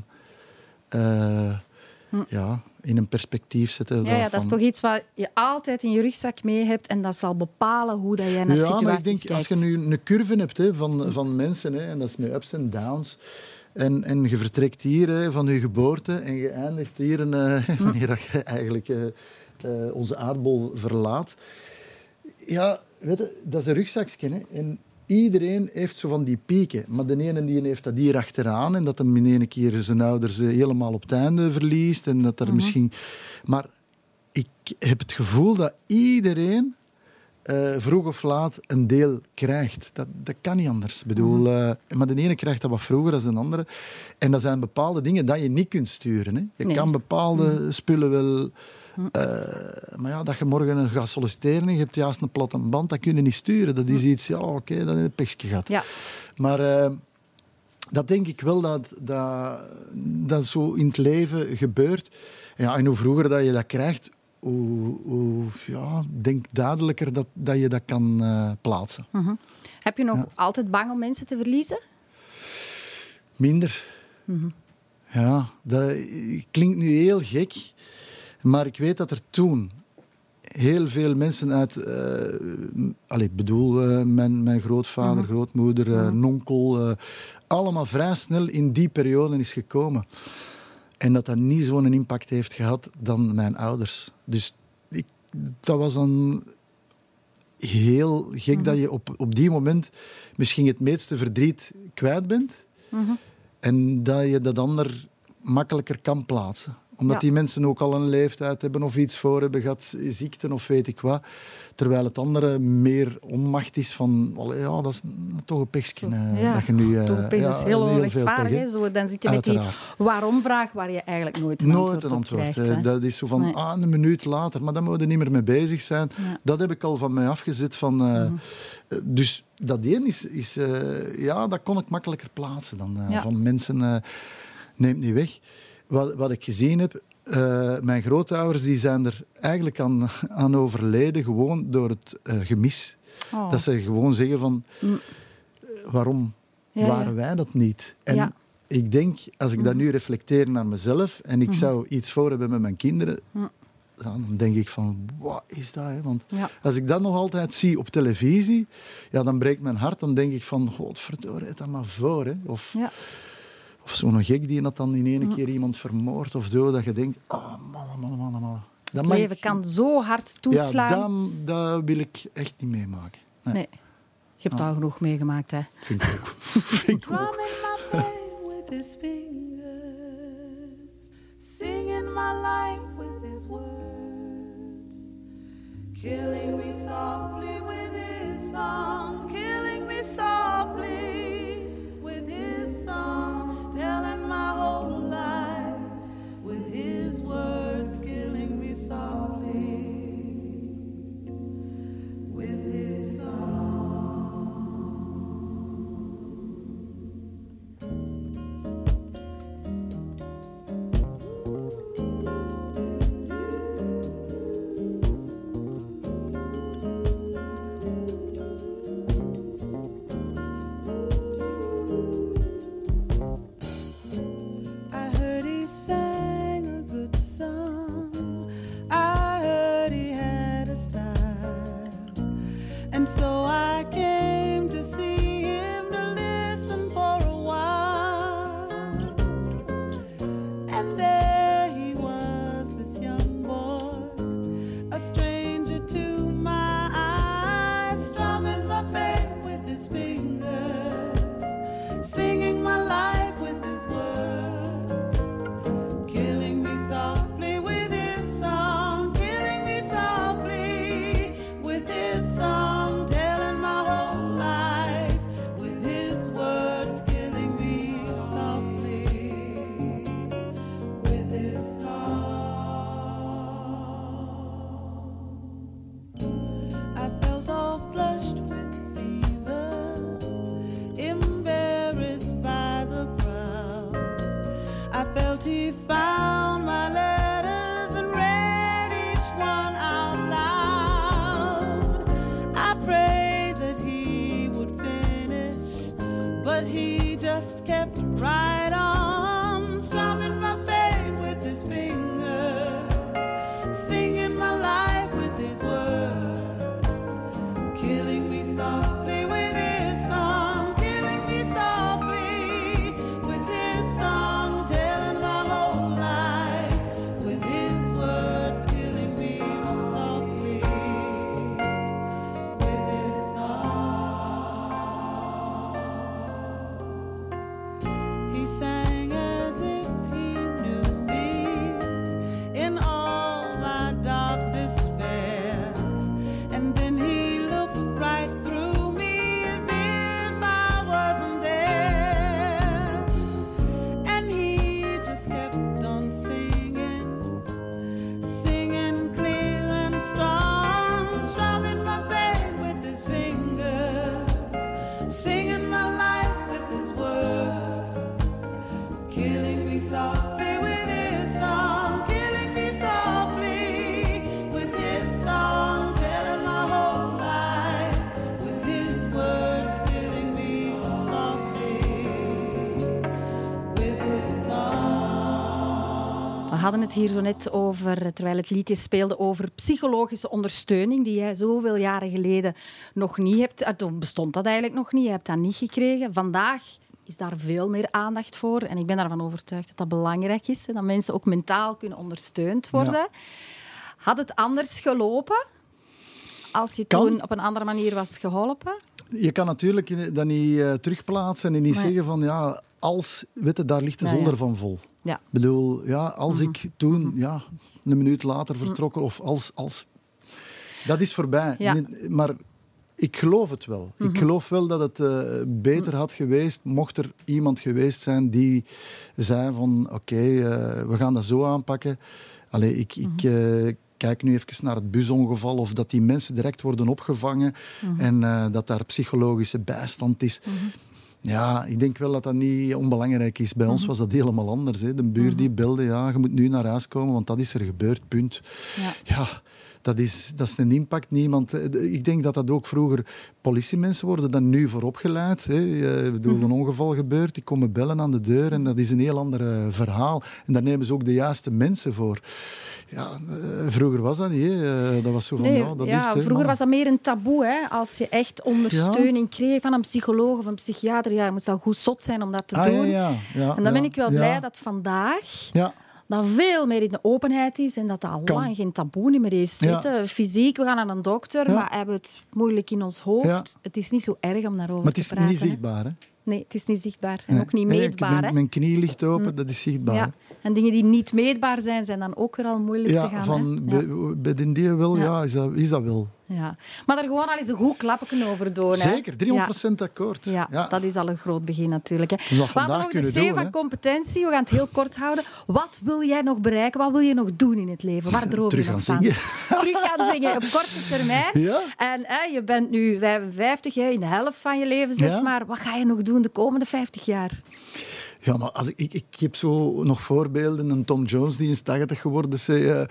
in een perspectief zetten. Dat is toch iets wat je altijd in je rugzak mee hebt en dat zal bepalen hoe dat jij naar situaties maar ik denk, kijkt. als je nu een curve hebt van mensen, en dat is met ups en downs, en je vertrekt hier van je geboorte en je eindigt hier wanneer je eigenlijk onze aardbol verlaat. Ja, weet je, dat is een rugzakje. En iedereen heeft zo van die pieken. Maar de ene die heeft dat hier achteraan en dat hem in ene keer zijn ouders helemaal op het einde verliest. En dat er misschien... Maar ik heb het gevoel dat iedereen vroeg of laat een deel krijgt. Dat kan niet anders. Ik bedoel, maar de ene krijgt dat wat vroeger dan de andere. En dat zijn bepaalde dingen dat je niet kunt sturen. Hè. Je kan bepaalde spullen wel... maar ja, dat je morgen gaat solliciteren en je hebt juist een platte band, dat kun je niet sturen. Dat is iets, oké, dat is een pechje gehad. Ja. Maar dat denk ik wel dat zo in het leven gebeurt. Ja, en hoe vroeger dat je dat krijgt, hoe denk duidelijker dat je dat kan plaatsen. Mm-hmm. Heb je nog altijd bang om mensen te verliezen? Minder. Mm-hmm. Ja, dat klinkt nu heel gek, maar ik weet dat er toen heel veel mensen uit... mijn grootvader, grootmoeder, een onkel... allemaal vrij snel in die periode is gekomen. En dat niet zo'n impact heeft gehad dan mijn ouders. Dus dat was dan heel gek dat je op die moment misschien het meeste verdriet kwijt bent. Mm-hmm. En dat je dat ander makkelijker kan plaatsen. Omdat die mensen ook al een leeftijd hebben of iets voor hebben gehad, ziekten of weet ik wat. Terwijl het andere meer onmacht is van... dat is toch een pechje. Dat je nu... toch een pech is heel onrechtvaardig. Dan zit je met die waarom-vraag waar je eigenlijk nooit een antwoord op krijgt. Dat is zo van een minuut later, maar daar moet je niet meer mee bezig zijn. Ja. Dat heb ik al van mij afgezet. Dus dat één is dat kon ik makkelijker plaatsen dan van mensen. Neemt niet weg. Wat ik gezien heb, mijn grootouders die zijn er eigenlijk aan overleden gewoon door het gemis. Oh. Dat ze gewoon zeggen van, waarom waren wij dat niet? En ik denk, als ik dat nu reflecteer naar mezelf en ik zou iets voor hebben met mijn kinderen, dan denk ik van, wat is dat? Hè? Want als ik dat nog altijd zie op televisie, dan breekt mijn hart. Dan denk ik van, godverdorie, het dan maar voor. Hè? Of zo'n gek die dat dan in één keer iemand vermoordt of dood, dat je denkt, man. Het leven kan zo hard toeslaan. Ja, dat wil ik echt niet meemaken. Nee. Je hebt al genoeg meegemaakt, hè? Vind ik ook. Drumming my pain with his fingers, singing my life with his words, killing me softly with his song, killing me softly with his song. Telling my whole life with his words, killing me softly with his song. So I came to see him to listen for a while. And there he was, this young boy, a stranger to my eyes, strumming my pain with his fingers, singing my life with his words, killing me softly with his song, killing me softly with his song. He found my letters and read each one out loud. I prayed that he would finish, but he just kept right on, strumming my pain with his fingers, singing my life with his words, killing me softly with his song, killing me softly with his song. Sang We hadden het hier zo net over, terwijl het liedje speelde, over psychologische ondersteuning die jij zoveel jaren geleden nog niet hebt. Toen bestond dat eigenlijk nog niet. Je hebt dat niet gekregen. Vandaag is daar veel meer aandacht voor. En ik ben ervan overtuigd dat dat belangrijk is. Dat mensen ook mentaal kunnen ondersteund worden. Ja. Had het anders gelopen als je toen op een andere manier was geholpen? Je kan natuurlijk dat niet terugplaatsen en niet zeggen van ja, als, weet je, daar ligt de zolder van vol. Ja. Ik bedoel, ja, als ik toen een minuut later vertrokken of als dat is voorbij. Ja. Maar ik geloof het wel. Ik geloof wel dat het beter had geweest mocht er iemand geweest zijn die zei van oké, we gaan dat zo aanpakken. Allee, ik kijk nu even naar het busongeval of dat die mensen direct worden opgevangen en dat daar psychologische bijstand is. Ja, ik denk wel dat dat niet onbelangrijk is. Bij ons was dat helemaal anders. Hè. De buur die belde, ja, je moet nu naar huis komen, want dat is er gebeurd, punt. Ja, dat is een impact. Ik denk dat dat ook vroeger... Politiemensen worden dan nu voor opgeleid. Hè. Ik bedoel, een ongeval gebeurt, die komen bellen aan de deur en dat is een heel ander verhaal. En daar nemen ze ook de juiste mensen voor. Ja, vroeger was dat niet. Hè. Dat was zo van, dat is het. Vroeger was dat meer een taboe. Hè. Als je echt ondersteuning kreeg van een psycholoog of een psychiater, je moest al goed zot zijn om dat te doen. En dan ben ik wel blij dat vandaag... dat veel meer in de openheid is en dat dat al lang geen taboe meer is. Ja. Weet je, fysiek, we gaan naar een dokter, maar hebben we het moeilijk in ons hoofd. Ja. Het is niet zo erg om daarover te praten. Maar het is niet zichtbaar, hè? Nee, het is niet zichtbaar en ook niet meetbaar. Mijn knie ligt open, dat is zichtbaar. Ja. En dingen die niet meetbaar zijn dan ook weer al moeilijk te gaan. Bij die wel, is dat wel. Ja. Maar daar gewoon al eens een goed klapje over doen. Zeker, 300% akkoord. Ja, dat is al een groot begin natuurlijk. Hè. We hebben nog de C van competentie. We gaan het heel kort houden. Wat wil jij nog bereiken? Wat wil je nog doen in het leven? Waar droom je nog van? Terug gaan zingen op korte termijn. Ja? En je bent nu 55, in de helft van je leven, zeg maar. Wat ga je nog doen de komende 50 jaar? Ja, maar ik heb zo nog voorbeelden. Een Tom Jones die is 80 geworden is.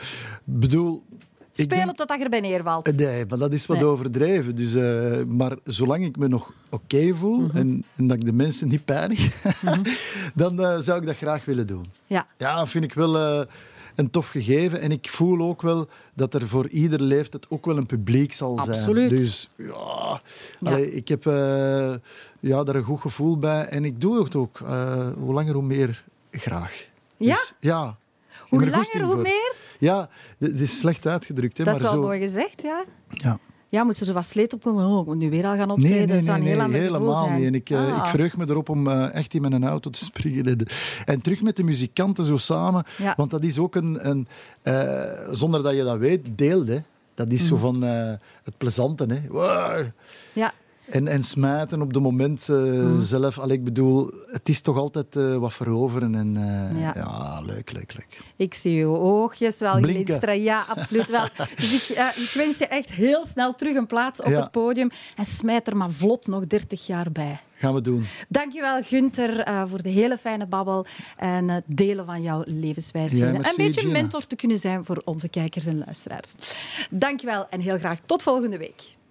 Spelen totdat je erbij neervalt. Nee, maar dat is wat overdreven. Dus, maar zolang ik me nog oké voel en dat ik de mensen niet pijnig, dan zou ik dat graag willen doen. Ja, vind ik wel een tof gegeven. En ik voel ook wel dat er voor ieder leeftijd ook wel een publiek zal zijn. Absoluut. Dus ik heb daar een goed gevoel bij. En ik doe het ook. Hoe langer, hoe meer graag. Ja? Dus, ja. Hoe langer, hoe meer? Ja, het is slecht uitgedrukt. Hè, dat is maar wel zo... mooi gezegd, ja. Ja, moest er wat sleet op komen? Ik moet nu weer al gaan optreden. Nee, dat zou een heel ander helemaal zijn. niet. En ik verheug me erop om echt in mijn auto te springen. En terug met de muzikanten zo samen. Ja. Want dat is ook zonder dat je dat weet, deelde. Dat is zo van het plezante. Hè. Wow. Ja. En smijten op de moment zelf. Allee, ik bedoel, het is toch altijd wat veroveren. En, leuk. Ik zie je oogjes wel glinsteren. Ja, absoluut wel. Dus ik wens je echt heel snel terug een plaats op het podium. En smijt er maar vlot nog 30 jaar bij. Gaan we doen. Dankjewel, Gunther, voor de hele fijne babbel en het delen van jouw levenswijsheden. En een beetje mentor te kunnen zijn voor onze kijkers en luisteraars. Dankjewel en heel graag tot volgende week.